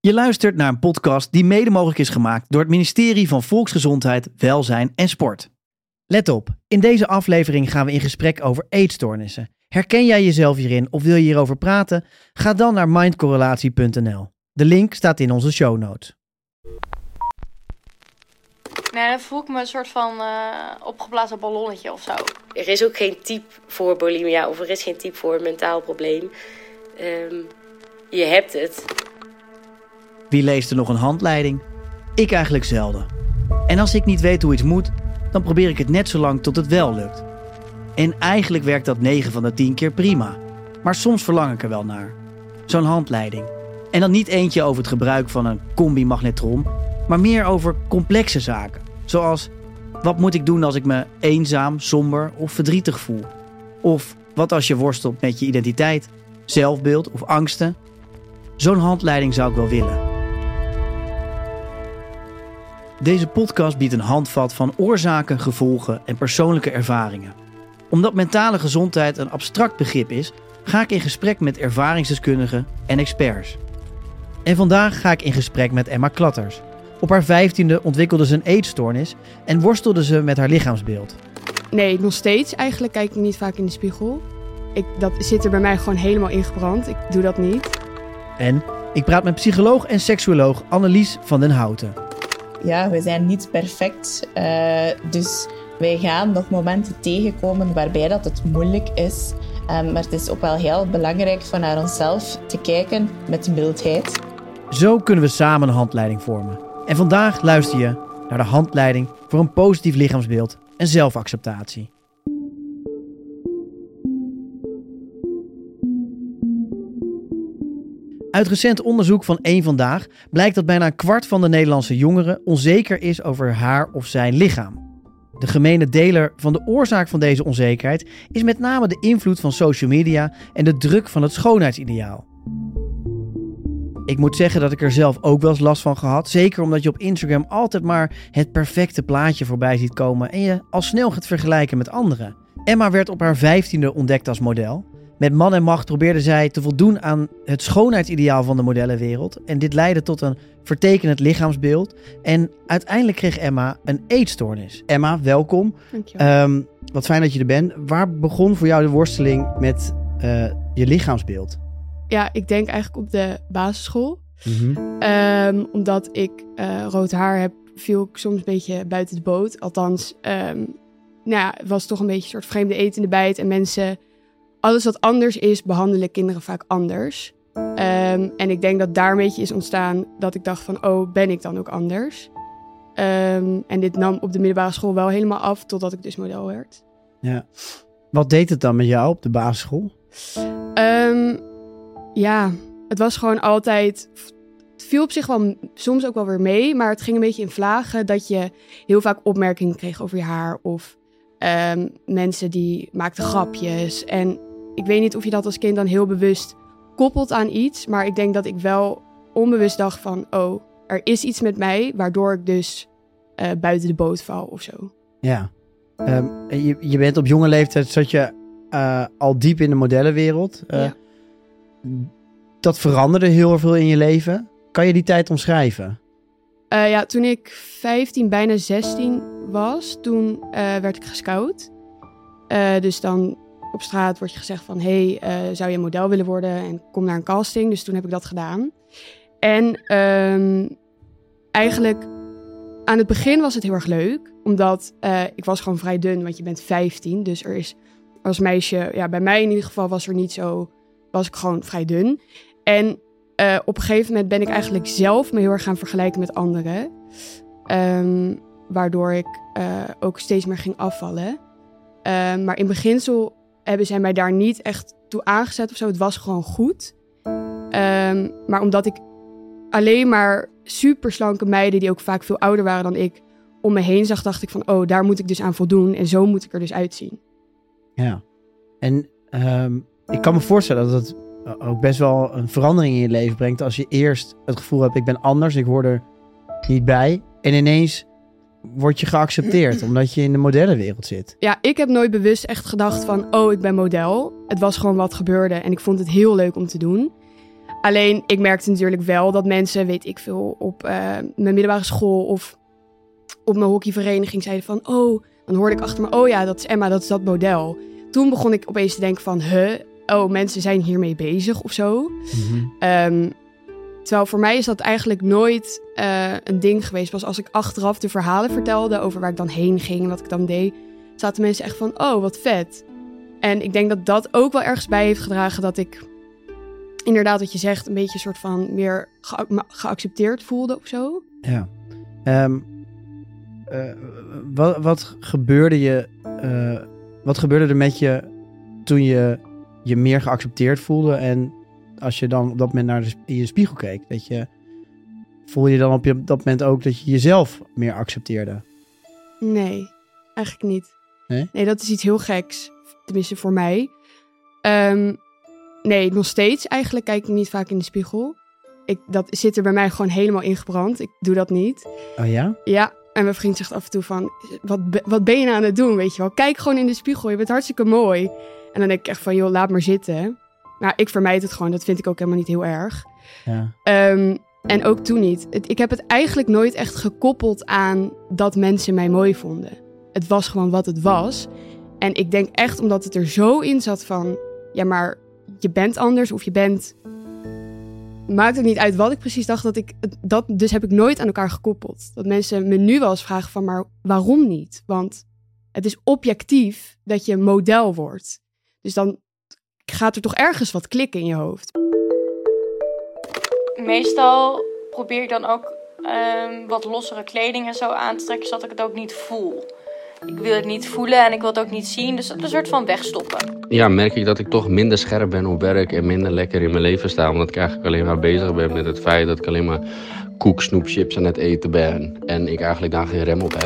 Je luistert naar een podcast die mede mogelijk is gemaakt door het ministerie van Volksgezondheid, Welzijn en Sport. Let op, in deze aflevering gaan we in gesprek over eetstoornissen. Herken jij jezelf hierin of wil je hierover praten? Ga dan naar mindcorrelatie.nl. De link staat in onze show notes. Nee, dan voel ik me een soort van opgeblazen ballonnetje of zo. Er is ook geen type voor bulimia of er is geen type voor een mentaal probleem. Je hebt het. Wie leest er nog een handleiding? Ik eigenlijk zelden. En als ik niet weet hoe iets moet, dan probeer ik het net zo lang tot het wel lukt. En eigenlijk werkt dat 9 van de 10 keer prima. Maar soms verlang ik er wel naar. Zo'n handleiding. En dan niet eentje over het gebruik van een combi-magnetron, maar meer over complexe zaken. Zoals, wat moet ik doen als ik me eenzaam, somber of verdrietig voel? Of wat als je worstelt met je identiteit, zelfbeeld of angsten? Zo'n handleiding zou ik wel willen. Deze podcast biedt een handvat van oorzaken, gevolgen en persoonlijke ervaringen. Omdat mentale gezondheid een abstract begrip is, ga ik in gesprek met ervaringsdeskundigen en experts. En vandaag ga ik in gesprek met Emma Klatters. Op haar 15e ontwikkelde ze een eetstoornis en worstelde ze met haar lichaamsbeeld. Nee, nog steeds. Eigenlijk kijk ik niet vaak in de spiegel. Dat zit er bij mij gewoon helemaal ingebrand. Ik doe dat niet. En ik praat met psycholoog en seksuoloog Annelies van den Houten. Ja, we zijn niet perfect. Dus wij gaan nog momenten tegenkomen waarbij dat het moeilijk is. Maar het is ook wel heel belangrijk van naar onszelf te kijken met mildheid. Zo kunnen we samen een handleiding vormen. En vandaag luister je naar de handleiding voor een positief lichaamsbeeld en zelfacceptatie. Uit recent onderzoek van Eén Vandaag blijkt dat bijna een kwart van de Nederlandse jongeren onzeker is over haar of zijn lichaam. De gemene deler van de oorzaak van deze onzekerheid is met name de invloed van social media en de druk van het schoonheidsideaal. Ik moet zeggen dat ik er zelf ook wel eens last van gehad. Zeker omdat je op Instagram altijd maar het perfecte plaatje voorbij ziet komen en je al snel gaat vergelijken met anderen. Emma werd op haar 15e ontdekt als model. Met man en macht probeerde zij te voldoen aan het schoonheidsideaal van de modellenwereld. En dit leidde tot een vertekenend lichaamsbeeld. En uiteindelijk kreeg Emma een eetstoornis. Emma, welkom. Dankjewel. Wat fijn dat je er bent. Waar begon voor jou de worsteling met je lichaamsbeeld? Ja, ik denk eigenlijk op de basisschool. Omdat ik rood haar heb, viel ik soms een beetje buiten de boot. Althans, het was toch een beetje een soort vreemde eten in de bijt. En mensen, alles wat anders is, behandelen kinderen vaak anders. En ik denk dat daar een beetje is ontstaan dat ik dacht van, oh, ben ik dan ook anders? En dit nam op de middelbare school wel helemaal af, totdat ik dus model werd. Ja. Wat deed het dan met jou op de basisschool? Ja, het was gewoon altijd... Het viel op zich wel soms ook wel weer mee, maar het ging een beetje in vlagen dat je heel vaak opmerkingen kreeg over je haar of mensen die maakten grapjes. En ik weet niet of je dat als kind dan heel bewust koppelt aan iets, maar ik denk dat ik wel onbewust dacht van, oh, er is iets met mij, waardoor ik dus buiten de boot val of zo. Ja. Je bent op jonge leeftijd, zat je al diep in de modellenwereld. Ja. Dat veranderde heel erg veel in je leven. Kan je die tijd omschrijven? Toen ik 15, bijna 16 was, toen werd ik gescout. Dus dan op straat wordt je gezegd van, hey, zou je model willen worden? En kom naar een casting. Dus toen heb ik dat gedaan. En eigenlijk aan het begin was het heel erg leuk. Omdat ik was gewoon vrij dun, want je bent 15. Dus er is als meisje, ja, bij mij in ieder geval was ik gewoon vrij dun. En op een gegeven moment ben ik eigenlijk zelf me heel erg gaan vergelijken met anderen. Waardoor ik ook steeds meer ging afvallen. Maar in beginsel hebben zij mij daar niet echt toe aangezet of zo. Het was gewoon goed. Maar omdat ik alleen maar super slanke meiden, die ook vaak veel ouder waren dan ik, om me heen zag, dacht ik van, oh, daar moet ik dus aan voldoen. En zo moet ik er dus uitzien. Ja. En ik kan me voorstellen dat het ook best wel een verandering in je leven brengt als je eerst het gevoel hebt, ik ben anders, ik hoor er niet bij. En ineens word je geaccepteerd omdat je in de modellenwereld zit. Ja, ik heb nooit bewust echt gedacht van, oh, ik ben model. Het was gewoon wat gebeurde en ik vond het heel leuk om te doen. Alleen, ik merkte natuurlijk wel dat mensen, weet ik veel, op mijn middelbare school of op mijn hockeyvereniging zeiden van, dan hoorde ik achter me, ja, dat is Emma, dat is dat model. Toen begon ik opeens te denken van, mensen zijn hiermee bezig of zo. Mm-hmm. Terwijl voor mij is dat eigenlijk nooit een ding geweest. Pas als ik achteraf de verhalen vertelde over waar ik dan heen ging en wat ik dan deed, zaten mensen echt van, wat vet. En ik denk dat dat ook wel ergens bij heeft gedragen dat ik inderdaad wat je zegt, een beetje een soort van meer geaccepteerd voelde of zo. Ja. Wat gebeurde er met je toen je je meer geaccepteerd voelde en als je dan op dat moment naar in je spiegel keek, voel je dan op dat moment ook dat je jezelf meer accepteerde? Nee, eigenlijk niet. Nee? Nee, dat is iets heel geks. Tenminste voor mij. Nee, nog steeds eigenlijk kijk ik niet vaak in de spiegel. Dat zit er bij mij gewoon helemaal ingebrand. Ik doe dat niet. Oh ja? Ja, en mijn vriend zegt af en toe van, wat ben je nou aan het doen, weet je wel? Kijk gewoon in de spiegel, je bent hartstikke mooi. En dan denk ik echt van, joh, laat maar zitten. Maar ik vermijd het gewoon, dat vind ik ook helemaal niet heel erg. Ja. En ook toen niet. Ik heb het eigenlijk nooit echt gekoppeld aan dat mensen mij mooi vonden. Het was gewoon wat het was. En ik denk echt omdat het er zo in zat van, ja, maar je bent anders of je bent... Maakt het niet uit wat ik precies dacht. Dus heb ik nooit aan elkaar gekoppeld. Dat mensen me nu wel eens vragen van, maar waarom niet? Want het is objectief dat je model wordt. Dus dan gaat er toch ergens wat klikken in je hoofd. Meestal probeer ik dan ook wat lossere kleding en zo aan te trekken, zodat ik het ook niet voel. Ik wil het niet voelen en ik wil het ook niet zien. Dus een soort van wegstoppen. Ja, merk ik dat ik toch minder scherp ben op werk en minder lekker in mijn leven sta. Omdat ik eigenlijk alleen maar bezig ben met het feit dat ik alleen maar koek, snoep, chips aan het eten ben. En ik eigenlijk daar geen rem op heb.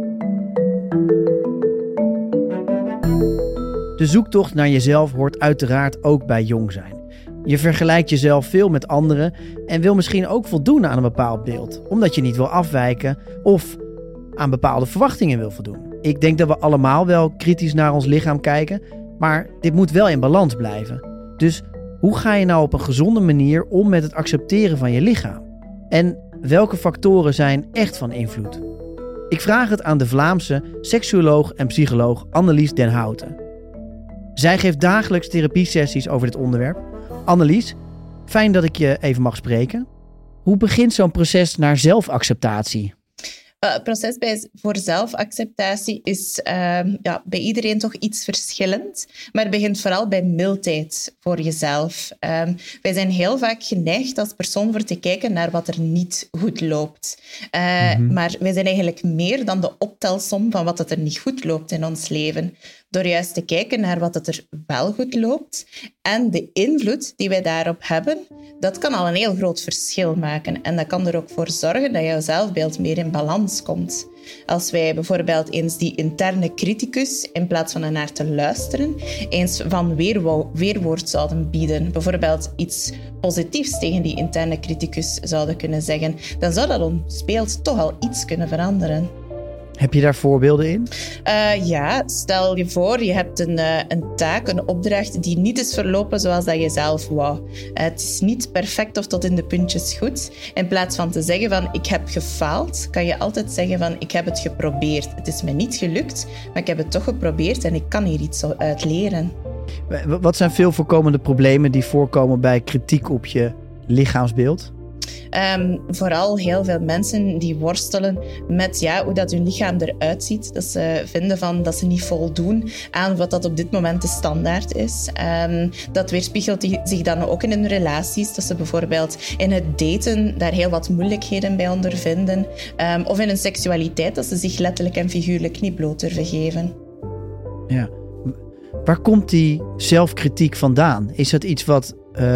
De zoektocht naar jezelf hoort uiteraard ook bij jong zijn. Je vergelijkt jezelf veel met anderen en wil misschien ook voldoen aan een bepaald beeld. Omdat je niet wil afwijken of aan bepaalde verwachtingen wil voldoen. Ik denk dat we allemaal wel kritisch naar ons lichaam kijken, maar dit moet wel in balans blijven. Dus hoe ga je nou op een gezonde manier om met het accepteren van je lichaam? En welke factoren zijn echt van invloed? Ik vraag het aan de Vlaamse seksuoloog en psycholoog Annelies Den Houten. Zij geeft dagelijks therapiesessies over dit onderwerp. Annelies, fijn dat ik je even mag spreken. Hoe begint zo'n proces naar zelfacceptatie? Het proces voor zelfacceptatie is bij iedereen toch iets verschillend. Maar het begint vooral bij mildheid voor jezelf. Wij zijn heel vaak geneigd als persoon voor te kijken naar wat er niet goed loopt. Maar wij zijn eigenlijk meer dan de optelsom van wat er niet goed loopt in ons leven. Door juist te kijken naar wat er wel goed loopt en de invloed die wij daarop hebben, dat kan al een heel groot verschil maken. En dat kan er ook voor zorgen dat jouw zelfbeeld meer in balans komt. Als wij bijvoorbeeld eens die interne criticus, in plaats van ernaar te luisteren, eens van weerwoord zouden bieden, bijvoorbeeld iets positiefs tegen die interne criticus zouden kunnen zeggen, dan zou dat ons beeld toch al iets kunnen veranderen. Heb je daar voorbeelden in? Ja, stel je voor, je hebt een taak, een opdracht die niet is verlopen zoals dat je zelf wou. Het is niet perfect of tot in de puntjes goed. In plaats van te zeggen van ik heb gefaald, kan je altijd zeggen van ik heb het geprobeerd. Het is me niet gelukt, maar ik heb het toch geprobeerd en ik kan hier iets uit leren. Wat zijn veel voorkomende problemen die voorkomen bij kritiek op je lichaamsbeeld? Vooral heel veel mensen die worstelen met hoe dat hun lichaam eruit ziet. Dat ze vinden dat ze niet voldoen aan wat dat op dit moment de standaard is. Dat weerspiegelt zich dan ook in hun relaties. Dat ze bijvoorbeeld in het daten daar heel wat moeilijkheden bij ondervinden. Of in hun seksualiteit, dat ze zich letterlijk en figuurlijk niet bloot durven geven. Ja. Waar komt die zelfkritiek vandaan? Is dat iets wat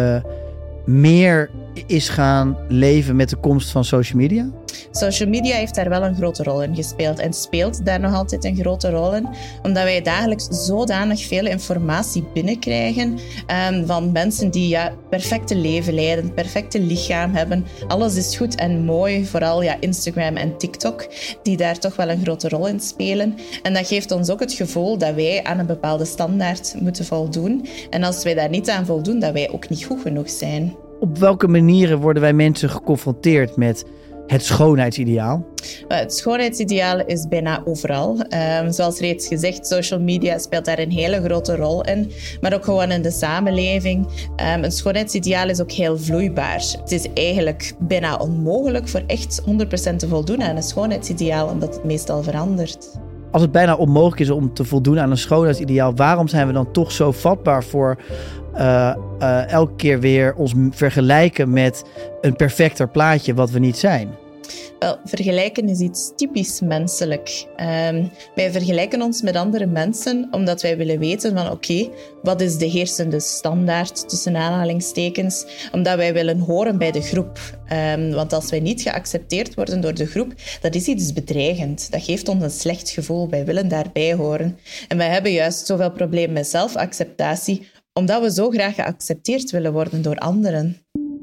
meer is gaan leven met de komst van social media? Social media heeft daar wel een grote rol in gespeeld en speelt daar nog altijd een grote rol in, omdat wij dagelijks zodanig veel informatie binnenkrijgen van mensen die perfecte leven leiden, perfecte lichaam hebben. Alles is goed en mooi, vooral Instagram en TikTok, die daar toch wel een grote rol in spelen. En dat geeft ons ook het gevoel dat wij aan een bepaalde standaard moeten voldoen. En als wij daar niet aan voldoen, dat wij ook niet goed genoeg zijn. Op welke manieren worden wij mensen geconfronteerd met het schoonheidsideaal? Het schoonheidsideaal is bijna overal. Zoals reeds gezegd, social media speelt daar een hele grote rol in. Maar ook gewoon in de samenleving. Een schoonheidsideaal is ook heel vloeibaar. Het is eigenlijk bijna onmogelijk voor echt 100% te voldoen aan een schoonheidsideaal, omdat het meestal verandert. Als het bijna onmogelijk is om te voldoen aan een schoonheidsideaal, waarom zijn we dan toch zo vatbaar voor elke keer weer ons vergelijken met een perfecter plaatje wat we niet zijn? Wel, vergelijken is iets typisch menselijk. Wij vergelijken ons met andere mensen omdat wij willen weten van oké, wat is de heersende standaard tussen aanhalingstekens? Omdat wij willen horen bij de groep. Want als wij niet geaccepteerd worden door de groep, dat is iets bedreigend. Dat geeft ons een slecht gevoel. Wij willen daarbij horen. En wij hebben juist zoveel problemen met zelfacceptatie, omdat we zo graag geaccepteerd willen worden door anderen.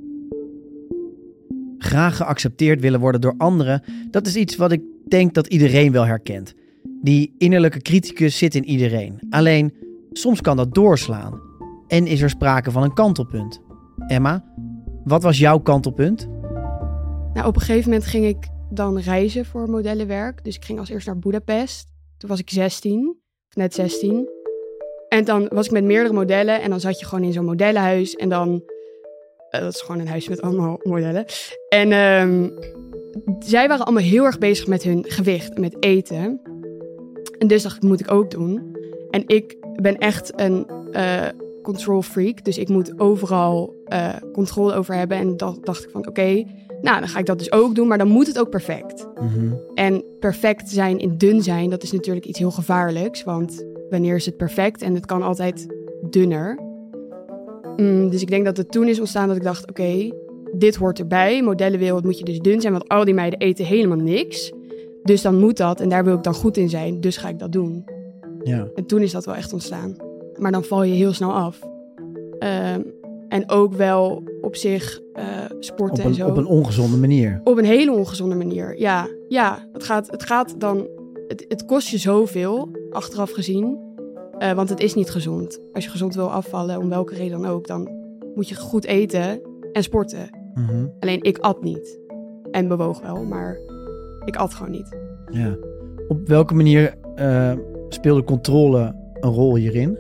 Graag geaccepteerd willen worden door anderen, dat is iets wat ik denk dat iedereen wel herkent. Die innerlijke criticus zit in iedereen. Alleen, soms kan dat doorslaan. En is er sprake van een kantelpunt. Emma, wat was jouw kantelpunt? Nou, op een gegeven moment ging ik dan reizen voor modellenwerk. Dus ik ging als eerst naar Budapest. Toen was ik 16, net 16. En dan was ik met meerdere modellen en dan zat je gewoon in zo'n modellenhuis. En dan, dat is gewoon een huis met allemaal modellen. En zij waren allemaal heel erg bezig met hun gewicht en met eten. En dus dacht ik, moet ik ook doen. En ik ben echt een control freak. Dus ik moet overal controle over hebben. En dan dacht ik van oké, nou dan ga ik dat dus ook doen. Maar dan moet het ook perfect. Mm-hmm. En perfect zijn in dun zijn, dat is natuurlijk iets heel gevaarlijks. Want wanneer is het perfect? En het kan altijd dunner. Dus ik denk dat het toen is ontstaan dat ik dacht, oké, dit hoort erbij. Modellenwereld moet je dus dun zijn, want al die meiden eten helemaal niks. Dus dan moet dat en daar wil ik dan goed in zijn. Dus ga ik dat doen. Ja. En toen is dat wel echt ontstaan. Maar dan val je heel snel af. En ook wel op zich sporten en zo. Op een ongezonde manier. Op een hele ongezonde manier, ja. Ja, het gaat dan... Het kost je zoveel, achteraf gezien. Want het is niet gezond. Als je gezond wil afvallen, om welke reden dan ook, dan moet je goed eten en sporten. Mm-hmm. Alleen ik at niet. En bewoog wel, maar ik at gewoon niet. Ja. Op welke manier speelde controle een rol hierin?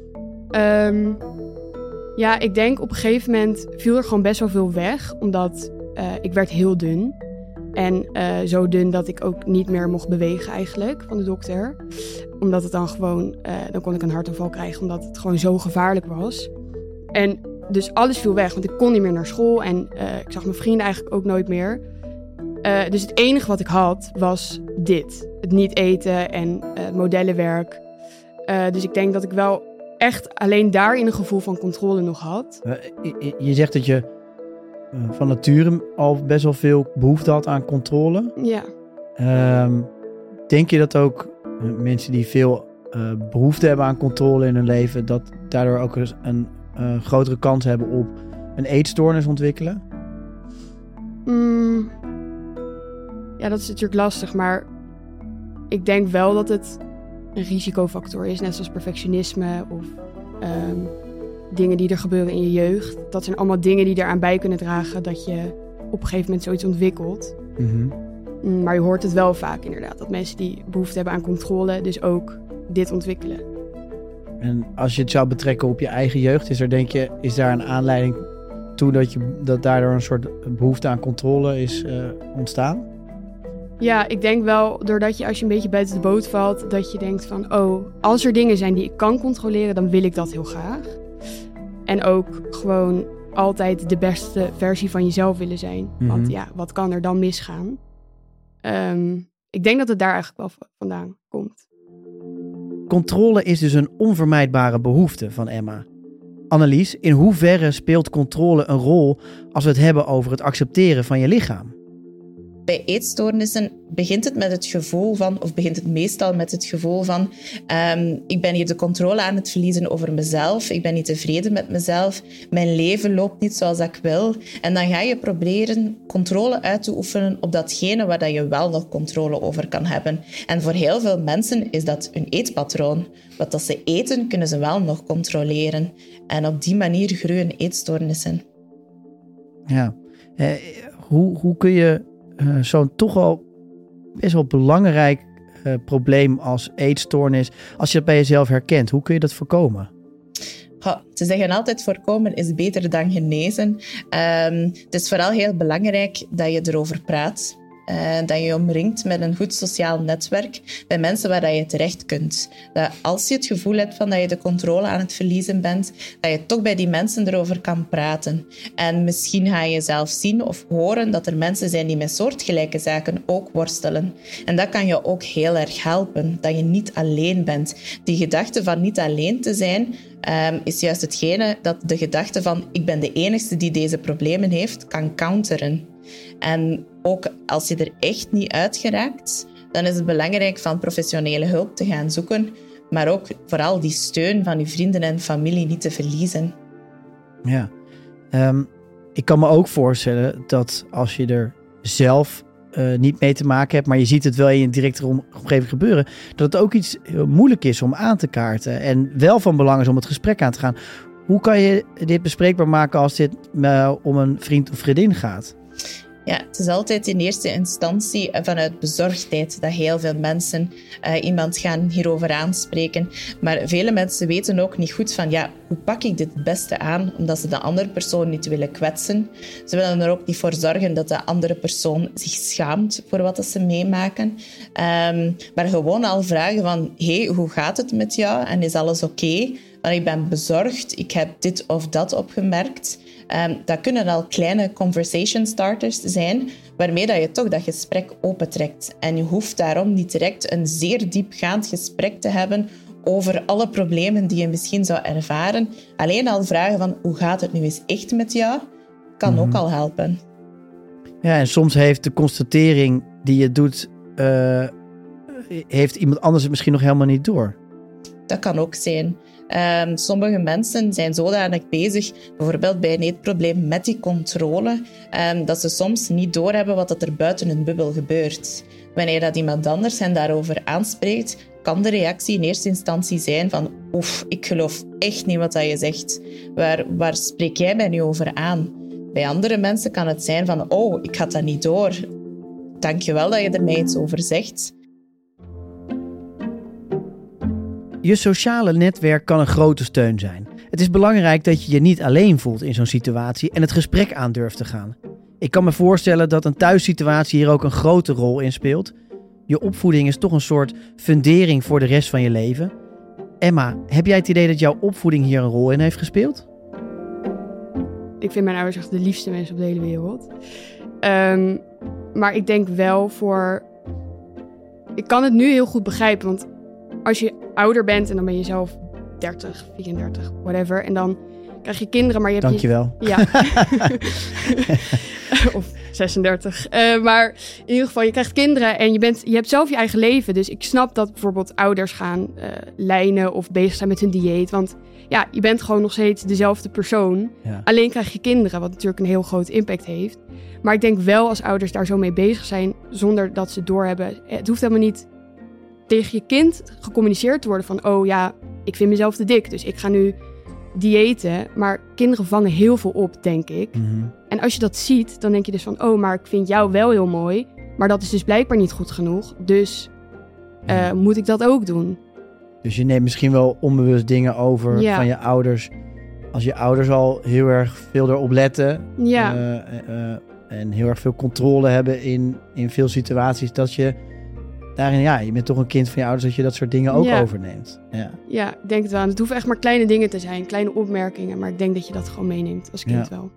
Ja, ik denk op een gegeven moment viel er gewoon best wel veel weg. Omdat ik werd heel dun. En zo dun dat ik ook niet meer mocht bewegen eigenlijk van de dokter. Omdat het dan gewoon, dan kon ik een hartaanval krijgen omdat het gewoon zo gevaarlijk was. En dus alles viel weg, want ik kon niet meer naar school en ik zag mijn vrienden eigenlijk ook nooit meer. Dus het enige wat ik had was dit. Het niet eten en modellenwerk. Dus ik denk dat ik wel echt alleen daarin een gevoel van controle nog had. Je zegt dat je van nature al best wel veel behoefte had aan controle. Ja. Denk je dat ook mensen die veel behoefte hebben aan controle in hun leven, dat daardoor ook een grotere kans hebben op een eetstoornis ontwikkelen? Ja, dat is natuurlijk lastig, maar ik denk wel dat het een risicofactor is, net zoals perfectionisme of dingen die er gebeuren in je jeugd. Dat zijn allemaal dingen die eraan bij kunnen dragen dat je op een gegeven moment zoiets ontwikkelt. Mm-hmm. Maar je hoort het wel vaak inderdaad, dat mensen die behoefte hebben aan controle dus ook dit ontwikkelen. En als je het zou betrekken op je eigen jeugd, is daar een aanleiding toe dat daardoor een soort behoefte aan controle is ontstaan? Ja, ik denk wel doordat je als je een beetje buiten de boot valt, dat je denkt van, oh, als er dingen zijn die ik kan controleren, dan wil ik dat heel graag. En ook gewoon altijd de beste versie van jezelf willen zijn. Mm-hmm. Want ja, wat kan er dan misgaan? Ik denk dat het daar eigenlijk wel vandaan komt. Controle is dus een onvermijdbare behoefte van Emma. Annelies, in hoeverre speelt controle een rol als we het hebben over het accepteren van je lichaam? Bij eetstoornissen begint het meestal met het gevoel van ik ben hier de controle aan het verliezen over mezelf, ik ben niet tevreden met mezelf, mijn leven loopt niet zoals ik wil. En dan ga je proberen controle uit te oefenen op datgene waar je wel nog controle over kan hebben. En voor heel veel mensen is dat hun eetpatroon. Wat dat ze eten, kunnen ze wel nog controleren. En op die manier groeien eetstoornissen. Ja. Hoe kun je zo'n toch al best wel belangrijk probleem als eetstoornis, als je dat bij jezelf herkent, hoe kun je dat voorkomen? Ze zeggen altijd voorkomen is beter dan genezen. Het is vooral heel belangrijk dat je erover praat. Dat je je omringt met een goed sociaal netwerk bij mensen waar je terecht kunt. Dat als je het gevoel hebt van dat je de controle aan het verliezen bent, dat je toch bij die mensen erover kan praten. En misschien ga je zelf zien of horen dat er mensen zijn die met soortgelijke zaken ook worstelen. En dat kan je ook heel erg helpen, dat je niet alleen bent. Die gedachte van niet alleen te zijn, is juist hetgene dat de gedachte van ik ben de enige die deze problemen heeft, kan counteren. En ook als je er echt niet uit geraakt, dan is het belangrijk van professionele hulp te gaan zoeken, maar ook vooral die steun van je vrienden en familie niet te verliezen. Ja, ik kan me ook voorstellen dat als je er zelf niet mee te maken hebt, maar je ziet het wel in je directe omgeving gebeuren, dat het ook iets moeilijk is om aan te kaarten en wel van belang is om het gesprek aan te gaan. Hoe kan je dit bespreekbaar maken als dit om een vriend of vriendin gaat? Ja, het is altijd in eerste instantie vanuit bezorgdheid dat heel veel mensen iemand gaan hierover aanspreken. Maar vele mensen weten ook niet goed van, hoe pak ik dit het beste aan? Omdat ze de andere persoon niet willen kwetsen. Ze willen er ook niet voor zorgen dat de andere persoon zich schaamt voor wat ze meemaken. Maar gewoon al vragen van, hoe gaat het met jou? En is alles oké? Want ik ben bezorgd, ik heb dit of dat opgemerkt. Dat kunnen al kleine conversation starters zijn, waarmee dat je toch dat gesprek opentrekt. En je hoeft daarom niet direct een zeer diepgaand gesprek te hebben over alle problemen die je misschien zou ervaren. Alleen al vragen van, hoe gaat het nu eens echt met jou, kan ook al helpen. Ja, en soms heeft de constatering die je doet, heeft iemand anders het misschien nog helemaal niet door. Dat kan ook zijn. Sommige mensen zijn zodanig bezig, bijvoorbeeld bij een eetprobleem, met die controle, dat ze soms niet doorhebben wat er buiten hun bubbel gebeurt. Wanneer dat iemand anders hen daarover aanspreekt, kan de reactie in eerste instantie zijn van oef, ik geloof echt niet wat je zegt. Waar spreek jij mij nu over aan? Bij andere mensen kan het zijn van ik had dat niet door. Dank je wel dat je er mij iets over zegt. Je sociale netwerk kan een grote steun zijn. Het is belangrijk dat je je niet alleen voelt in zo'n situatie en het gesprek aan durft te gaan. Ik kan me voorstellen dat een thuissituatie hier ook een grote rol in speelt. Je opvoeding is toch een soort fundering voor de rest van je leven. Emma, heb jij het idee dat jouw opvoeding hier een rol in heeft gespeeld? Ik vind mijn ouders echt de liefste mensen op de hele wereld. Maar ik denk wel ik kan het nu heel goed begrijpen, want als je ouder bent en dan ben je zelf 30, 34, whatever. En dan krijg je kinderen, maar je hebt... Dankjewel. Ja. Of 36. Maar in ieder geval, je krijgt kinderen en je hebt zelf je eigen leven. Dus ik snap dat bijvoorbeeld ouders gaan lijnen of bezig zijn met hun dieet. Want je bent gewoon nog steeds dezelfde persoon. Ja. Alleen krijg je kinderen, wat natuurlijk een heel groot impact heeft. Maar ik denk wel als ouders daar zo mee bezig zijn, zonder dat ze doorhebben. Het hoeft helemaal niet tegen je kind gecommuniceerd te worden van ik vind mezelf te dik, dus ik ga nu diëten. Maar kinderen vangen heel veel op, denk ik. Mm-hmm. En als je dat ziet, dan denk je dus van maar ik vind jou wel heel mooi, maar dat is dus blijkbaar niet goed genoeg. Dus moet ik dat ook doen? Dus je neemt misschien wel onbewust dingen over van je ouders. Als je ouders al heel erg veel erop letten en heel erg veel controle hebben in veel situaties, dat je daarin, je bent toch een kind van je ouders, dat je dat soort dingen ook overneemt. Ja, ik denk het wel. Het hoeven echt maar kleine dingen te zijn, kleine opmerkingen. Maar ik denk dat je dat gewoon meeneemt als kind wel.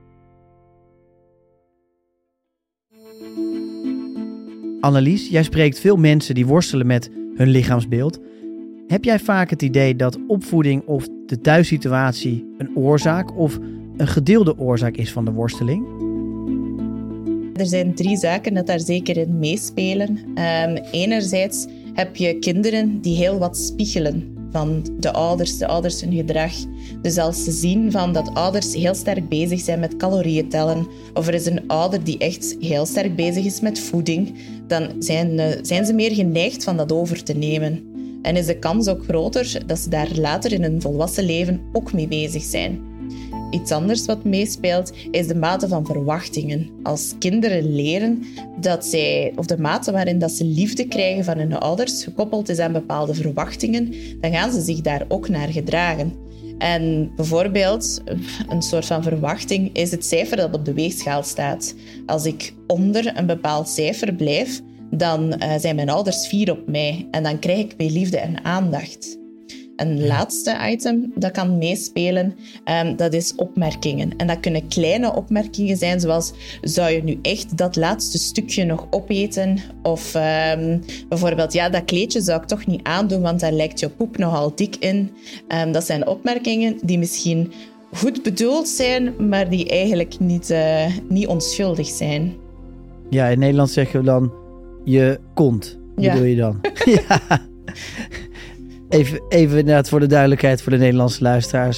Annelies, jij spreekt veel mensen die worstelen met hun lichaamsbeeld. Heb jij vaak het idee dat opvoeding of de thuissituatie een oorzaak of een gedeelde oorzaak is van de worsteling? Er zijn 3 zaken dat daar zeker in meespelen. Enerzijds heb je kinderen die heel wat spiegelen van de ouders hun gedrag. Dus als ze zien van dat ouders heel sterk bezig zijn met calorieën tellen, of er is een ouder die echt heel sterk bezig is met voeding, dan zijn ze meer geneigd van dat over te nemen. En is de kans ook groter dat ze daar later in hun volwassen leven ook mee bezig zijn. iets anders wat meespeelt, is de mate van verwachtingen. Als kinderen leren dat de mate waarin dat ze liefde krijgen van hun ouders gekoppeld is aan bepaalde verwachtingen, dan gaan ze zich daar ook naar gedragen. En bijvoorbeeld, een soort van verwachting is het cijfer dat op de weegschaal staat. Als ik onder een bepaald cijfer blijf, dan zijn mijn ouders fier op mij en dan krijg ik meer liefde en aandacht. Een laatste item dat kan meespelen, dat is opmerkingen. En dat kunnen kleine opmerkingen zijn, zoals zou je nu echt dat laatste stukje nog opeten? Of bijvoorbeeld, dat kleedje zou ik toch niet aandoen, want daar lijkt je poep nogal dik in. Dat zijn opmerkingen die misschien goed bedoeld zijn, maar die eigenlijk niet onschuldig zijn. Ja, in Nederland zeggen we dan je kont. Bedoel je dan? Ja. Even inderdaad voor de duidelijkheid voor de Nederlandse luisteraars.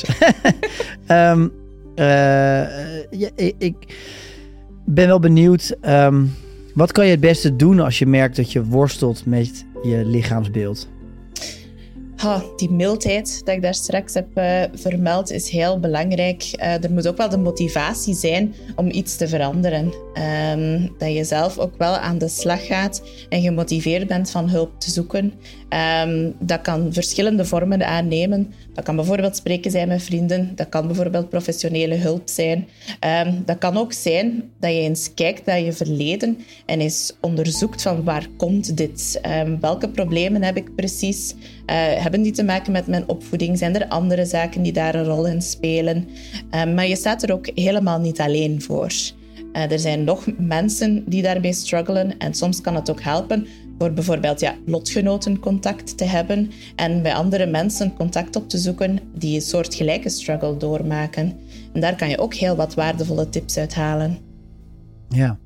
Ik ben wel benieuwd. Wat kan je het beste doen als je merkt dat je worstelt met je lichaamsbeeld? Die mildheid dat ik daar straks heb vermeld is heel belangrijk. Er moet ook wel de motivatie zijn om iets te veranderen. Dat je zelf ook wel aan de slag gaat en gemotiveerd bent van hulp te zoeken. Dat kan verschillende vormen aannemen. Dat kan bijvoorbeeld spreken zijn met vrienden. Dat kan bijvoorbeeld professionele hulp zijn. Dat kan ook zijn dat je eens kijkt naar je verleden en eens onderzoekt van waar komt dit? Welke problemen heb ik precies? Hebben die te maken met mijn opvoeding? Zijn er andere zaken die daar een rol in spelen? Maar je staat er ook helemaal niet alleen voor. Er zijn nog mensen die daarmee struggelen en soms kan het ook helpen voor bijvoorbeeld lotgenoten contact te hebben en bij andere mensen contact op te zoeken die een soortgelijke struggle doormaken. En daar kan je ook heel wat waardevolle tips uit halen. Ja.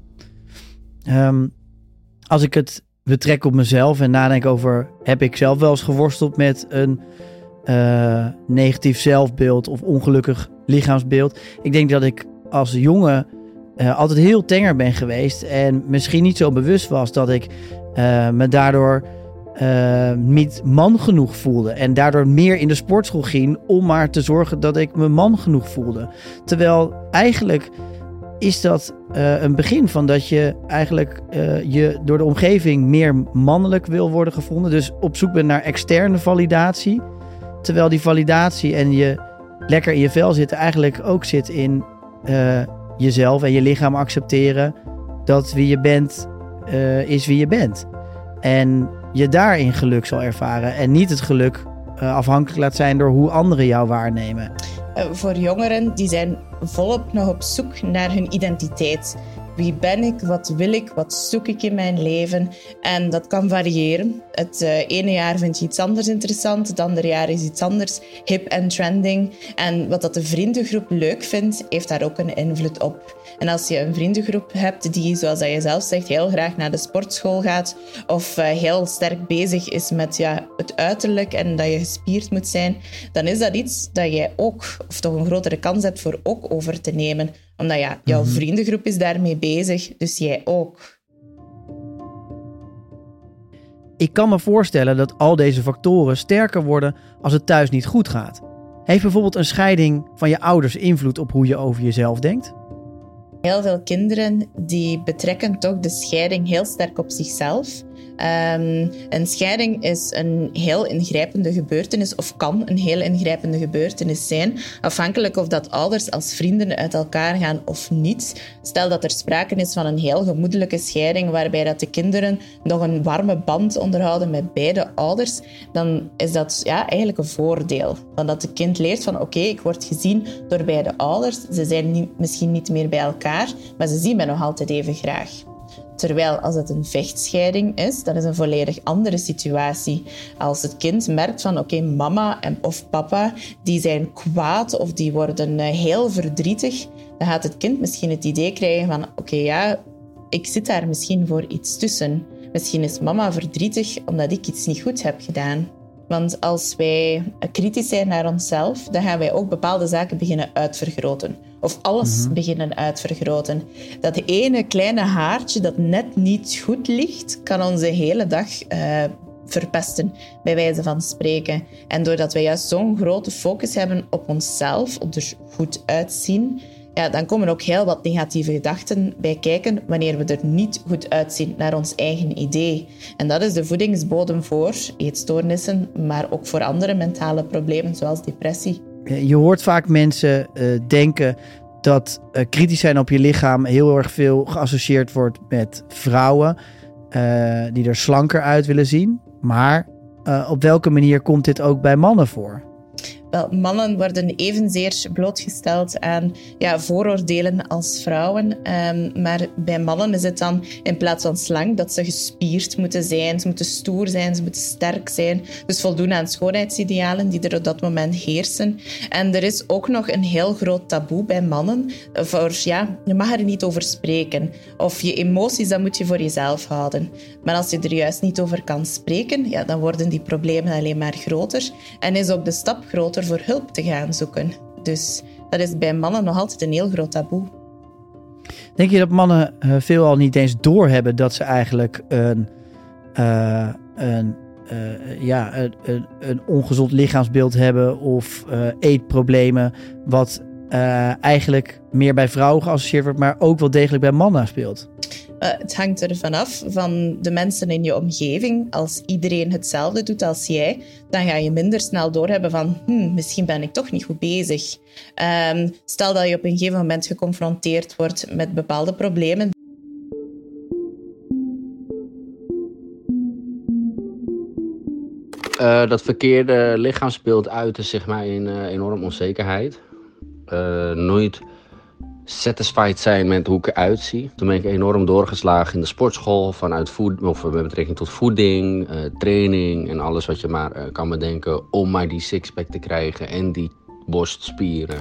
Als ik het betrek op mezelf en nadenk over, heb ik zelf wel eens geworsteld met een negatief zelfbeeld of ongelukkig lichaamsbeeld. Ik denk dat ik als jongen altijd heel tenger ben geweest en misschien niet zo bewust was dat ik me daardoor niet man genoeg voelde. En daardoor meer in de sportschool ging om maar te zorgen dat ik me man genoeg voelde. Terwijl eigenlijk is dat een begin van dat je eigenlijk je door de omgeving meer mannelijk wil worden gevonden. Dus op zoek bent naar externe validatie. Terwijl die validatie en je lekker in je vel zitten eigenlijk ook zit in jezelf en je lichaam accepteren dat wie je bent is wie je bent. En je daarin geluk zal ervaren en niet het geluk afhankelijk laat zijn door hoe anderen jou waarnemen. Voor jongeren die zijn volop nog op zoek naar hun identiteit. Wie ben ik? Wat wil ik? Wat zoek ik in mijn leven? En dat kan variëren. Het ene jaar vind je iets anders interessant. Het andere jaar is iets anders hip en trending. En wat dat de vriendengroep leuk vindt, heeft daar ook een invloed op. En als je een vriendengroep hebt die, zoals je zelf zegt, heel graag naar de sportschool gaat of heel sterk bezig is met het uiterlijk en dat je gespierd moet zijn, dan is dat iets dat jij ook, of toch een grotere kans hebt voor ook over te nemen. Omdat jouw vriendengroep is daarmee bezig, dus jij ook. Ik kan me voorstellen dat al deze factoren sterker worden als het thuis niet goed gaat. Heeft bijvoorbeeld een scheiding van je ouders invloed op hoe je over jezelf denkt? Heel veel kinderen die betrekken toch de scheiding heel sterk op zichzelf. Een scheiding is een heel ingrijpende gebeurtenis of kan een heel ingrijpende gebeurtenis zijn, afhankelijk of dat ouders als vrienden uit elkaar gaan of niet. Stel dat er sprake is van een heel gemoedelijke scheiding waarbij dat de kinderen nog een warme band onderhouden met beide ouders, dan is dat eigenlijk een voordeel. Dan dat het kind leert van oké, ik word gezien door beide ouders. Ze zijn misschien niet meer bij elkaar, maar ze zien mij nog altijd even graag. Terwijl als het een vechtscheiding is, dat is een volledig andere situatie. Als het kind merkt van oké, mama of papa, die zijn kwaad of die worden heel verdrietig, dan gaat het kind misschien het idee krijgen van oké, ik zit daar misschien voor iets tussen. Misschien is mama verdrietig omdat ik iets niet goed heb gedaan. Want als wij kritisch zijn naar onszelf, dan gaan wij ook bepaalde zaken beginnen uitvergroten. Of alles beginnen uitvergroten. Dat ene kleine haartje dat net niet goed ligt, kan onze hele dag verpesten, bij wijze van spreken. En doordat wij juist zo'n grote focus hebben op onszelf, op er goed uitzien, ja, dan komen ook heel wat negatieve gedachten bij kijken wanneer we er niet goed uitzien naar ons eigen idee. En dat is de voedingsbodem voor eetstoornissen, maar ook voor andere mentale problemen zoals depressie. Je hoort vaak mensen denken dat kritisch zijn op je lichaam heel erg veel geassocieerd wordt met vrouwen die er slanker uit willen zien. Maar op welke manier komt dit ook bij mannen voor? Wel, mannen worden evenzeer blootgesteld aan vooroordelen als vrouwen. Maar bij mannen is het dan in plaats van slank dat ze gespierd moeten zijn. Ze moeten stoer zijn, ze moeten sterk zijn. Dus voldoen aan schoonheidsidealen die er op dat moment heersen. En er is ook nog een heel groot taboe bij mannen. Je mag er niet over spreken. Of je emoties, dat moet je voor jezelf houden. Maar als je er juist niet over kan spreken, ja, dan worden die problemen alleen maar groter. En is ook de stap groter voor hulp te gaan zoeken. Dus dat is bij mannen nog altijd een heel groot taboe. Denk je dat mannen veelal niet eens doorhebben dat ze eigenlijk een ongezond lichaamsbeeld hebben of eetproblemen, wat eigenlijk meer bij vrouwen geassocieerd wordt, maar ook wel degelijk bij mannen speelt? Het hangt ervan af van de mensen in je omgeving. Als iedereen hetzelfde doet als jij, dan ga je minder snel doorhebben van misschien ben ik toch niet goed bezig. Stel dat je op een gegeven moment geconfronteerd wordt met bepaalde problemen. Dat verkeerde lichaamsbeeld uitte zich mij in enorm onzekerheid. Nooit satisfied zijn met hoe ik eruit zie. Toen ben ik enorm doorgeslagen in de sportschool met betrekking tot voeding, training en alles wat je maar kan bedenken om maar die sixpack te krijgen en die borstspieren.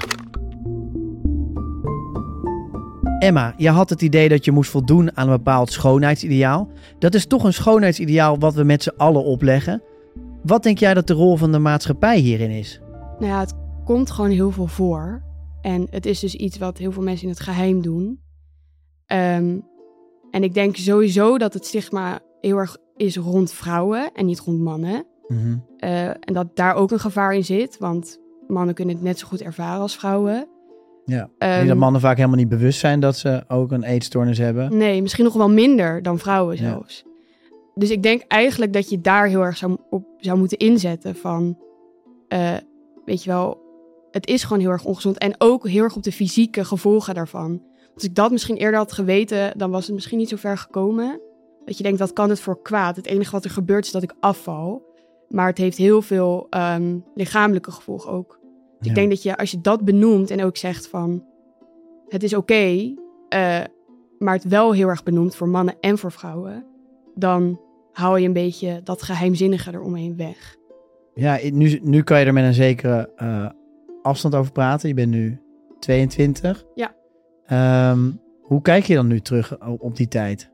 Emma, je had het idee dat je moest voldoen aan een bepaald schoonheidsideaal. Dat is toch een schoonheidsideaal wat we met z'n allen opleggen. Wat denk jij dat de rol van de maatschappij hierin is? Nou ja, het komt gewoon heel veel voor. En het is dus iets wat heel veel mensen in het geheim doen. En ik denk sowieso dat het stigma heel erg is rond vrouwen en niet rond mannen. Mm-hmm. En dat daar ook een gevaar in zit. Want mannen kunnen het net zo goed ervaren als vrouwen. Ja. Ik denk dat mannen vaak helemaal niet bewust zijn dat ze ook een eetstoornis hebben. Nee, misschien nog wel minder dan vrouwen zelfs. Ja. Dus ik denk eigenlijk dat je daar heel erg zou moeten inzetten van, weet je wel, het is gewoon heel erg ongezond. En ook heel erg op de fysieke gevolgen daarvan. Als ik dat misschien eerder had geweten, dan was het misschien niet zo ver gekomen. Dat je denkt, wat kan het voor kwaad? Het enige wat er gebeurt is dat ik afval. Maar het heeft heel veel lichamelijke gevolgen ook. Dus ik denk dat je, als je dat benoemt en ook zegt van, het is oké, maar het wel heel erg benoemt voor mannen en voor vrouwen, dan haal je een beetje dat geheimzinnige eromheen weg. Ja, nu kan je er met een zekere afstand over praten. Je bent nu 22. Ja. Hoe kijk je dan nu terug op die tijd?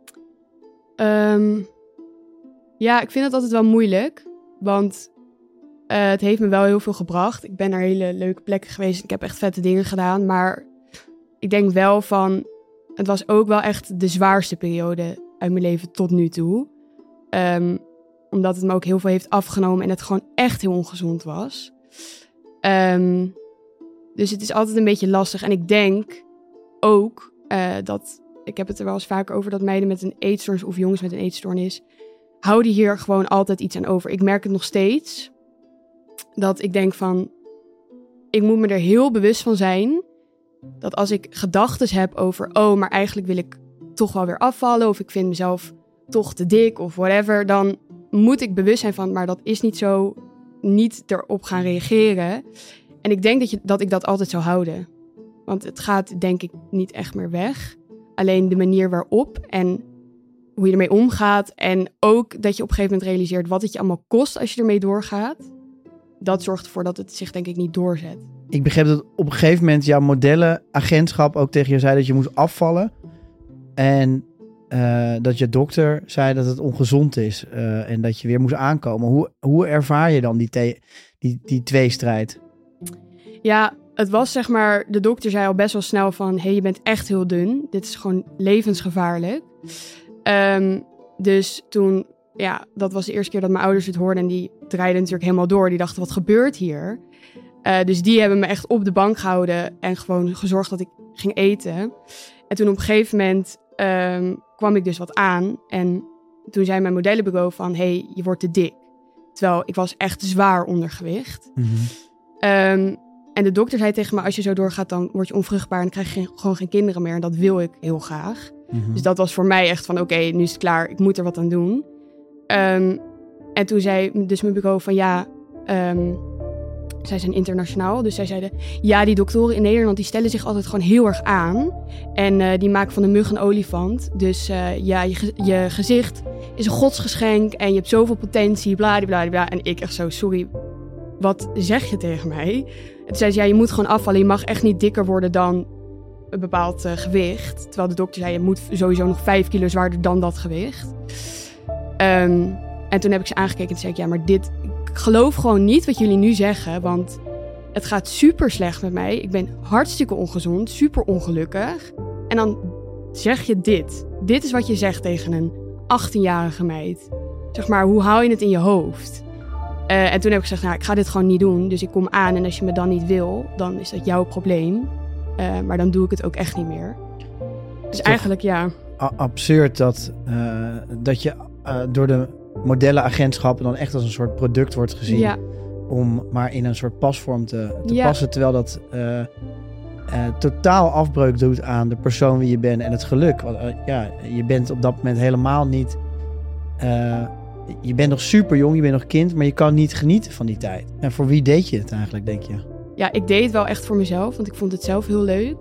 Ja, ik vind het altijd wel moeilijk. Want het heeft me wel heel veel gebracht. Ik ben naar hele leuke plekken geweest. Ik heb echt vette dingen gedaan. Maar ik denk wel van, het was ook wel echt de zwaarste periode uit mijn leven tot nu toe. Omdat het me ook heel veel heeft afgenomen en het gewoon echt heel ongezond was. Dus het is altijd een beetje lastig. En ik denk ook dat, ik heb het er wel eens vaker over, dat meiden met een eetstoornis of jongens met een eetstoornis houden hier gewoon altijd iets aan over. Ik merk het nog steeds. Dat ik denk van, ik moet me er heel bewust van zijn. Dat als ik gedachten heb over, maar eigenlijk wil ik toch wel weer afvallen. Of ik vind mezelf toch te dik of whatever. Dan moet ik bewust zijn van, maar dat is niet zo. Niet erop gaan reageren. En ik denk dat ik dat altijd zou houden. Want het gaat denk ik niet echt meer weg. Alleen de manier waarop en hoe je ermee omgaat. En ook dat je op een gegeven moment realiseert wat het je allemaal kost als je ermee doorgaat. Dat zorgt ervoor dat het zich denk ik niet doorzet. Ik begreep dat op een gegeven moment jouw modellenagentschap ook tegen je zei dat je moest afvallen. En dat je dokter zei dat het ongezond is. En dat je weer moest aankomen. Hoe ervaar je dan die tweestrijd? Ja, het was zeg maar, de dokter zei al best wel snel van, je bent echt heel dun. Dit is gewoon levensgevaarlijk. Dus toen dat was de eerste keer dat mijn ouders het hoorden. En die draaiden natuurlijk helemaal door. Die dachten, wat gebeurt hier? Dus die hebben me echt op de bank gehouden. En gewoon gezorgd dat ik ging eten. En toen op een gegeven moment kwam ik dus wat aan. En toen zei mijn modellenbureau van, hey, je wordt te dik. Terwijl ik was echt zwaar ondergewicht. Mm-hmm. En de dokter zei tegen me, als je zo doorgaat, dan word je onvruchtbaar en dan krijg je gewoon geen kinderen meer. En dat wil ik heel graag. Mm-hmm. Dus dat was voor mij echt van, oké, nu is het klaar. Ik moet er wat aan doen. En toen zei dus mijn bureau van, zij zijn internationaal. Dus zij zeiden, die doktoren in Nederland, die stellen zich altijd gewoon heel erg aan. En die maken van de mug een olifant. Dus je gezicht is een godsgeschenk en je hebt zoveel potentie, bladibladibla. En ik echt zo, sorry, wat zeg je tegen mij? En toen zei ze, je moet gewoon afvallen. Je mag echt niet dikker worden dan een bepaald gewicht. Terwijl de dokter zei, je moet sowieso nog 5 kilo zwaarder dan dat gewicht. En toen heb ik ze aangekeken en toen zei ik, maar ik geloof gewoon niet wat jullie nu zeggen, want het gaat super slecht met mij. Ik ben hartstikke ongezond, super ongelukkig. En dan zeg je dit. Dit is wat je zegt tegen een 18-jarige meid. Zeg maar, hoe haal je het in je hoofd? En toen heb ik gezegd, ik ga dit gewoon niet doen. Dus ik kom aan en als je me dan niet wil, dan is dat jouw probleem. Maar dan doe ik het ook echt niet meer. Dus eigenlijk, absurd dat je door de modellenagentschappen dan echt als een soort product wordt gezien. Ja. Om maar in een soort pasvorm te passen. Terwijl dat totaal afbreuk doet aan de persoon wie je bent en het geluk. Want je bent op dat moment helemaal niet... je bent nog super jong, je bent nog kind, maar je kan niet genieten van die tijd. En voor wie deed je het eigenlijk, denk je? Ja, ik deed het wel echt voor mezelf, want ik vond het zelf heel leuk.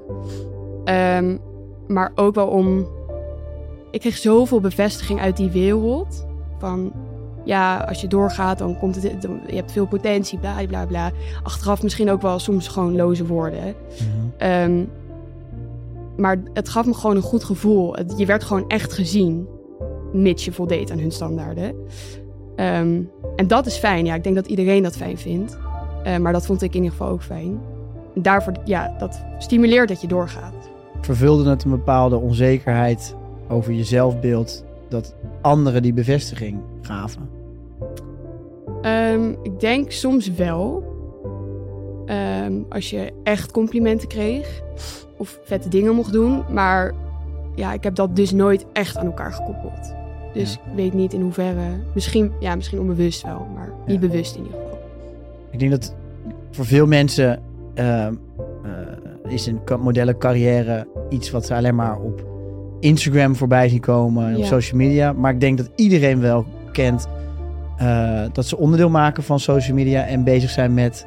Maar ook wel ik kreeg zoveel bevestiging uit die wereld. Van, als je doorgaat, dan komt het... Je hebt veel potentie, bla, bla, bla. Achteraf misschien ook wel soms gewoon loze woorden. Mm-hmm. Maar het gaf me gewoon een goed gevoel. Je werd gewoon echt gezien, mits je voldeed aan hun standaarden. En dat is fijn. Ja, ik denk dat iedereen dat fijn vindt. Maar dat vond ik in ieder geval ook fijn. En daarvoor, dat stimuleert dat je doorgaat. Vervulde het een bepaalde onzekerheid over je zelfbeeld dat anderen die bevestiging gaven? Ik denk soms wel. Als je echt complimenten kreeg of vette dingen mocht doen. Maar ik heb dat dus nooit echt aan elkaar gekoppeld. Dus ik weet niet in hoeverre. Misschien onbewust wel, maar niet bewust in ieder geval. Ik denk dat voor veel mensen is een modellencarrière iets wat ze alleen maar op Instagram voorbij zien komen en op social media. Maar ik denk dat iedereen wel kent dat ze onderdeel maken van social media en bezig zijn met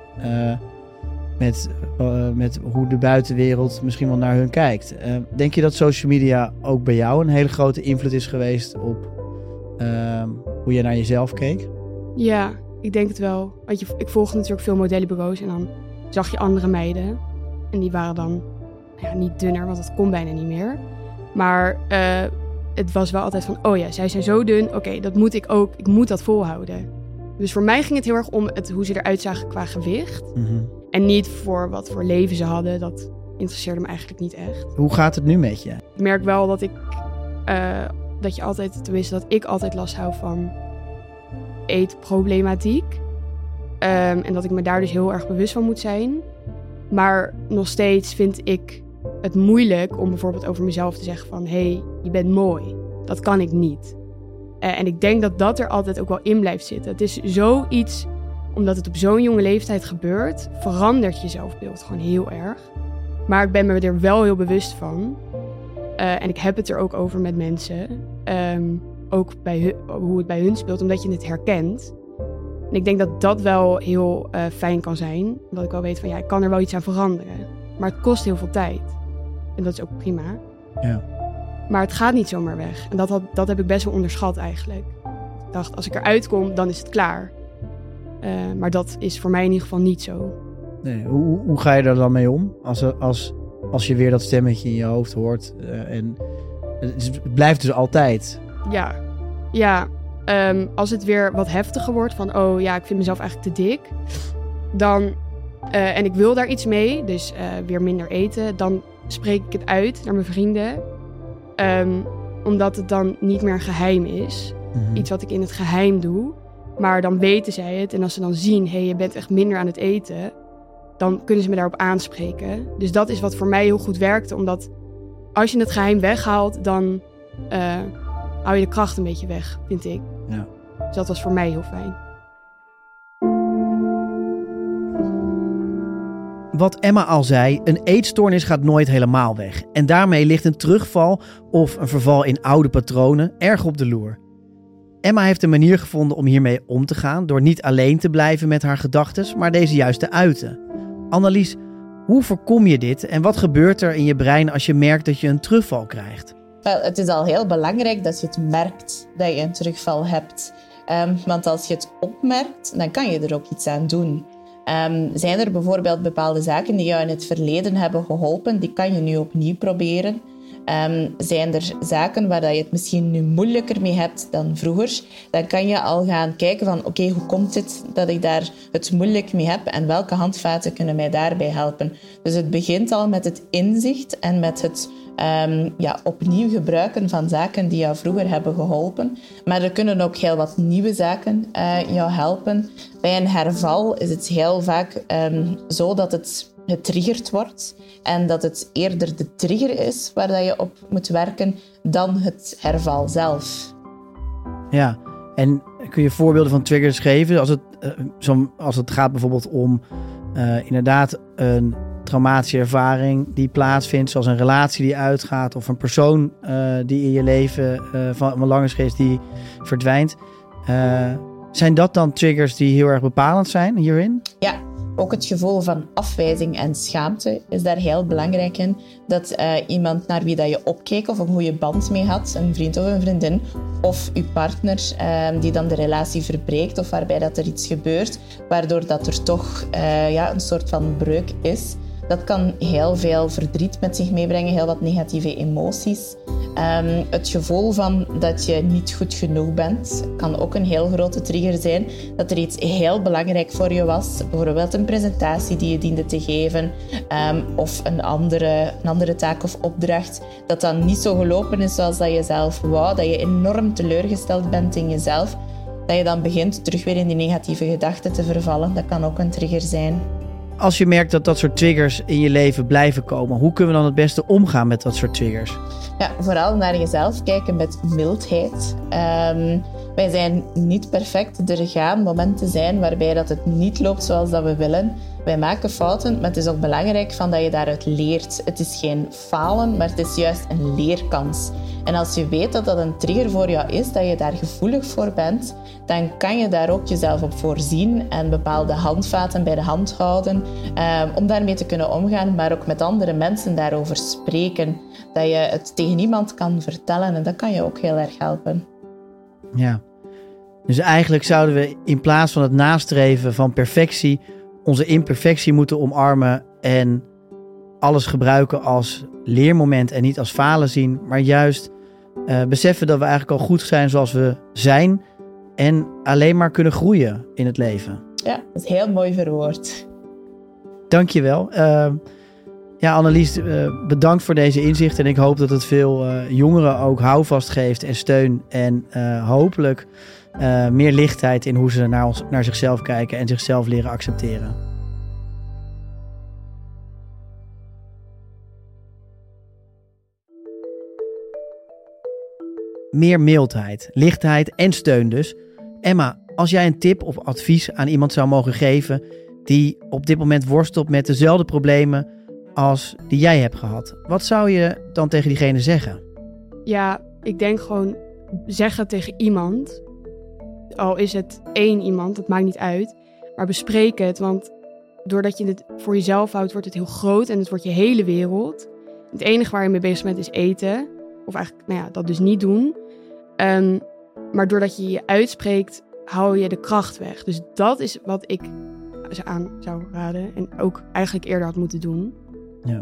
hoe de buitenwereld misschien wel naar hun kijkt. Denk je dat social media ook bij jou een hele grote invloed is geweest op hoe je naar jezelf keek? Ja, ik denk het wel. Want ik volgde natuurlijk veel modellenbureaus en dan zag je andere meiden. En die waren dan niet dunner, want dat kon bijna niet meer. Maar het was wel altijd van, zij zijn zo dun. Oké, dat moet ik ook. Ik moet dat volhouden. Dus voor mij ging het heel erg om hoe ze eruit zagen qua gewicht. Mm-hmm. En niet voor wat voor leven ze hadden. Dat interesseerde me eigenlijk niet echt. Hoe gaat het nu met je? Ik merk wel dat dat ik altijd last hou van eetproblematiek. En dat ik me daar dus heel erg bewust van moet zijn. Maar nog steeds vind ik het moeilijk om bijvoorbeeld over mezelf te zeggen van, hey, je bent mooi. Dat kan ik niet. En ik denk dat dat er altijd ook wel in blijft zitten. Het is zoiets, omdat het op zo'n jonge leeftijd gebeurt, verandert je zelfbeeld gewoon heel erg. Maar ik ben me er wel heel bewust van. En ik heb het er ook over met mensen. Ook hoe het bij hun speelt, omdat je het herkent. En ik denk dat dat wel heel fijn kan zijn. Omdat ik wel weet van, ik kan er wel iets aan veranderen. Maar het kost heel veel tijd. En dat is ook prima. Ja. Maar het gaat niet zomaar weg. En dat heb ik best wel onderschat eigenlijk. Ik dacht, als ik eruit kom, dan is het klaar. Maar dat is voor mij in ieder geval niet zo. Nee, hoe ga je er dan mee om? Als je weer dat stemmetje in je hoofd hoort. En het blijft dus altijd. Ja. Als het weer wat heftiger wordt van, ik vind mezelf eigenlijk te dik. Dan, en ik wil daar iets mee, dus weer minder eten. Dan spreek ik het uit naar mijn vrienden. Omdat het dan niet meer een geheim is. iets wat ik in het geheim doe. Maar dan weten zij het. En als ze dan zien, je bent echt minder aan het eten, dan kunnen ze me daarop aanspreken. Dus dat is wat voor mij heel goed werkte. Omdat als je het geheim weghaalt, dan hou je de kracht een beetje weg, vind ik. Ja. Dus dat was voor mij heel fijn. Wat Emma al zei, een eetstoornis gaat nooit helemaal weg. En daarmee ligt een terugval of een verval in oude patronen erg op de loer. Emma heeft een manier gevonden om hiermee om te gaan door niet alleen te blijven met haar gedachten, maar deze juist te uiten. Annelies, hoe voorkom je dit en wat gebeurt er in je brein als je merkt dat je een terugval krijgt? Wel, het is al heel belangrijk dat je het merkt dat je een terugval hebt. Want als je het opmerkt, dan kan je er ook iets aan doen. Zijn er bijvoorbeeld bepaalde zaken die jou in het verleden hebben geholpen, die kan je nu opnieuw proberen? Zijn er zaken waar je het misschien nu moeilijker mee hebt dan vroeger? Dan kan je al gaan kijken van oké, hoe komt het dat ik daar het moeilijk mee heb en welke handvaten kunnen mij daarbij helpen? Dus het begint al met het inzicht en met het opnieuw gebruiken van zaken die jou vroeger hebben geholpen. Maar er kunnen ook heel wat nieuwe zaken jou helpen. Bij een herval is het heel vaak zo dat het getriggerd wordt en dat het eerder de trigger is waar dat je op moet werken dan het herval zelf. Ja, en kun je voorbeelden van triggers geven? Als het gaat bijvoorbeeld om inderdaad een traumatische ervaring die plaatsvindt, zoals een relatie die uitgaat of een persoon die in je leven van langer is geweest die verdwijnt. Zijn dat dan triggers die heel erg bepalend zijn hierin? Ja, ook het gevoel van afwijzing en schaamte is daar heel belangrijk in. Dat iemand naar wie dat je opkeek of een goede band mee had, een vriend of een vriendin, of je partner die dan de relatie verbreekt of waarbij dat er iets gebeurt, waardoor dat er toch een soort van breuk is. Dat kan heel veel verdriet met zich meebrengen, heel wat negatieve emoties. Het gevoel van dat je niet goed genoeg bent, kan ook een heel grote trigger zijn. Dat er iets heel belangrijk voor je was, bijvoorbeeld een presentatie die je diende te geven, of een andere taak of opdracht, dat dan niet zo gelopen is zoals dat je zelf wou, dat je enorm teleurgesteld bent in jezelf, dat je dan begint terug weer in die negatieve gedachten te vervallen. Dat kan ook een trigger zijn. Als je merkt dat dat soort triggers in je leven blijven komen, hoe kunnen we dan het beste omgaan met dat soort triggers? Ja, vooral naar jezelf kijken met mildheid. Wij zijn niet perfect. Er gaan momenten zijn waarbij dat het niet loopt zoals dat we willen. Wij maken fouten, maar het is ook belangrijk dat je daaruit leert. Het is geen falen, maar het is juist een leerkans. En als je weet dat dat een trigger voor jou is, dat je daar gevoelig voor bent, dan kan je daar ook jezelf op voorzien en bepaalde handvaten bij de hand houden om daarmee te kunnen omgaan, maar ook met andere mensen daarover spreken. Dat je het tegen iemand kan vertellen en dat kan je ook heel erg helpen. Ja, dus eigenlijk zouden we in plaats van het nastreven van perfectie onze imperfectie moeten omarmen en alles gebruiken als leermoment en niet als falen zien, maar juist beseffen dat we eigenlijk al goed zijn zoals we zijn en alleen maar kunnen groeien in het leven. Ja, dat is heel mooi verwoord. Dankjewel. Annelies, bedankt voor deze inzichten en ik hoop dat het veel jongeren ook houvast geeft en steun en hopelijk meer lichtheid in hoe ze naar zichzelf kijken en zichzelf leren accepteren. Meer mildheid, lichtheid en steun dus. Emma, als jij een tip of advies aan iemand zou mogen geven die op dit moment worstelt met dezelfde problemen als die jij hebt gehad, wat zou je dan tegen diegene zeggen? Ja, ik denk gewoon zeggen tegen iemand, al is het 1 iemand, dat maakt niet uit, maar bespreek het, want doordat je het voor jezelf houdt, wordt het heel groot en het wordt je hele wereld. Het enige waar je mee bezig bent is eten, of eigenlijk dat dus niet doen. Maar doordat je je uitspreekt, hou je de kracht weg. Dus dat is wat ik ze aan zou raden en ook eigenlijk eerder had moeten doen. Ja.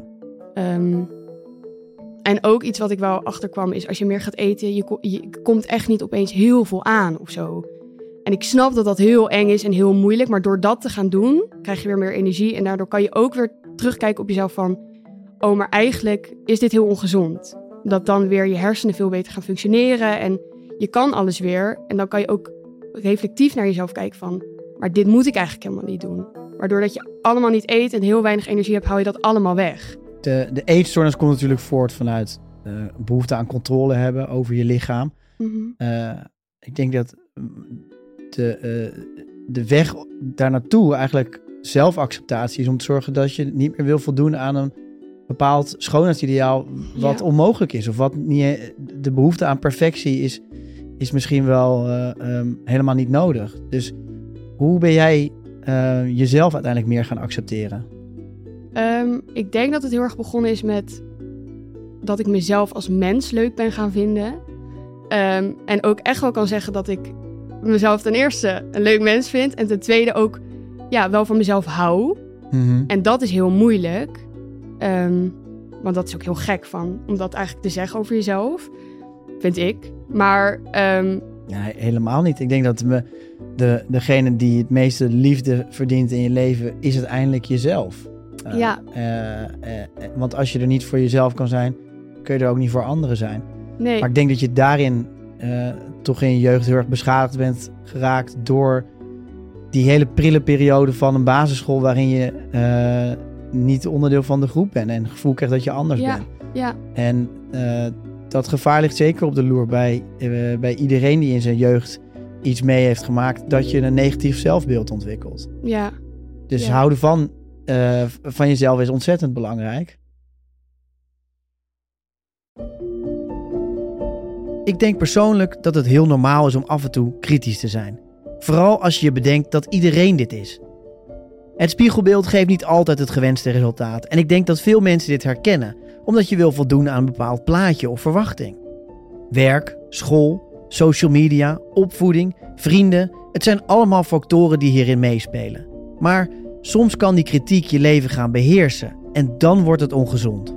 En ook iets wat ik wel achterkwam is, als je meer gaat eten, je komt echt niet opeens heel veel aan of zo. En ik snap dat dat heel eng is en heel moeilijk, maar door dat te gaan doen, krijg je weer meer energie. En daardoor kan je ook weer terugkijken op jezelf van, oh, maar eigenlijk is dit heel ongezond. Dat dan weer je hersenen veel beter gaan functioneren en je kan alles weer. En dan kan je ook reflectief naar jezelf kijken van, maar dit moet ik eigenlijk helemaal niet doen. Waardoor dat je allemaal niet eet en heel weinig energie hebt, hou je dat allemaal weg. De eetstoornis komt natuurlijk voort vanuit behoefte aan controle hebben over je lichaam. Mm-hmm. Ik denk dat de weg daar naartoe eigenlijk zelfacceptatie is om te zorgen dat je niet meer wil voldoen aan een bepaald schoonheidsideaal wat onmogelijk is. Of wat niet, de behoefte aan perfectie is misschien wel helemaal niet nodig. Dus hoe ben jij jezelf uiteindelijk meer gaan accepteren? Ik denk dat het heel erg begonnen is met dat ik mezelf als mens leuk ben gaan vinden. En ook echt wel kan zeggen dat ik mezelf ten eerste een leuk mens vind. En ten tweede ook wel van mezelf hou. Mm-hmm. En dat is heel moeilijk. Want dat is ook heel gek om dat eigenlijk te zeggen over jezelf. Vind ik. Maar helemaal niet. Ik denk dat degene die het meeste liefde verdient in je leven is uiteindelijk jezelf. Want als je er niet voor jezelf kan zijn, kun je er ook niet voor anderen zijn. Nee. Maar ik denk dat je daarin toch in je jeugd heel erg beschadigd bent geraakt door die hele prille periode van een basisschool waarin je niet onderdeel van de groep bent en het gevoel krijgt dat je anders bent. Ja. En dat gevaar ligt zeker op de loer bij iedereen die in zijn jeugd iets mee heeft gemaakt, dat je een negatief zelfbeeld ontwikkelt. Ja. Dus houden van jezelf is ontzettend belangrijk. Ik denk persoonlijk dat het heel normaal is om af en toe kritisch te zijn. Vooral als je bedenkt dat iedereen dit is. Het spiegelbeeld geeft niet altijd het gewenste resultaat. En ik denk dat veel mensen dit herkennen, omdat je wil voldoen aan een bepaald plaatje of verwachting. Werk, school, social media, opvoeding, vrienden, het zijn allemaal factoren die hierin meespelen. Maar soms kan die kritiek je leven gaan beheersen en dan wordt het ongezond.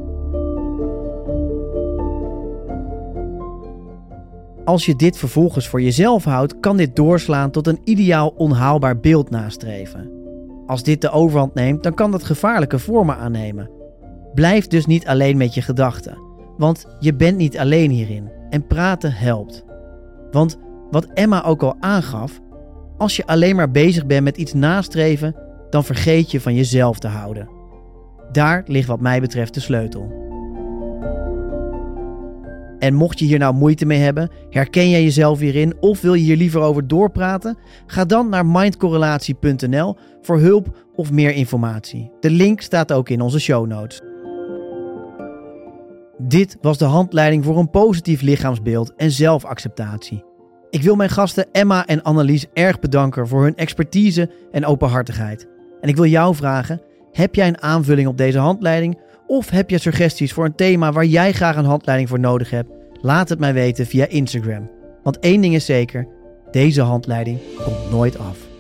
Als je dit vervolgens voor jezelf houdt, kan dit doorslaan tot een ideaal onhaalbaar beeld nastreven. Als dit de overhand neemt, dan kan dat gevaarlijke vormen aannemen. Blijf dus niet alleen met je gedachten, want je bent niet alleen hierin en praten helpt. Want wat Emma ook al aangaf, als je alleen maar bezig bent met iets nastreven, dan vergeet je van jezelf te houden. Daar ligt wat mij betreft de sleutel. En mocht je hier nou moeite mee hebben, herken jij jezelf hierin of wil je hier liever over doorpraten? Ga dan naar mindcorrelatie.nl voor hulp of meer informatie. De link staat ook in onze show notes. Dit was de handleiding voor een positief lichaamsbeeld en zelfacceptatie. Ik wil mijn gasten Emma en Annelies erg bedanken voor hun expertise en openhartigheid. En ik wil jou vragen, heb jij een aanvulling op deze handleiding? Of heb je suggesties voor een thema waar jij graag een handleiding voor nodig hebt? Laat het mij weten via Instagram. Want één ding is zeker, deze handleiding komt nooit af.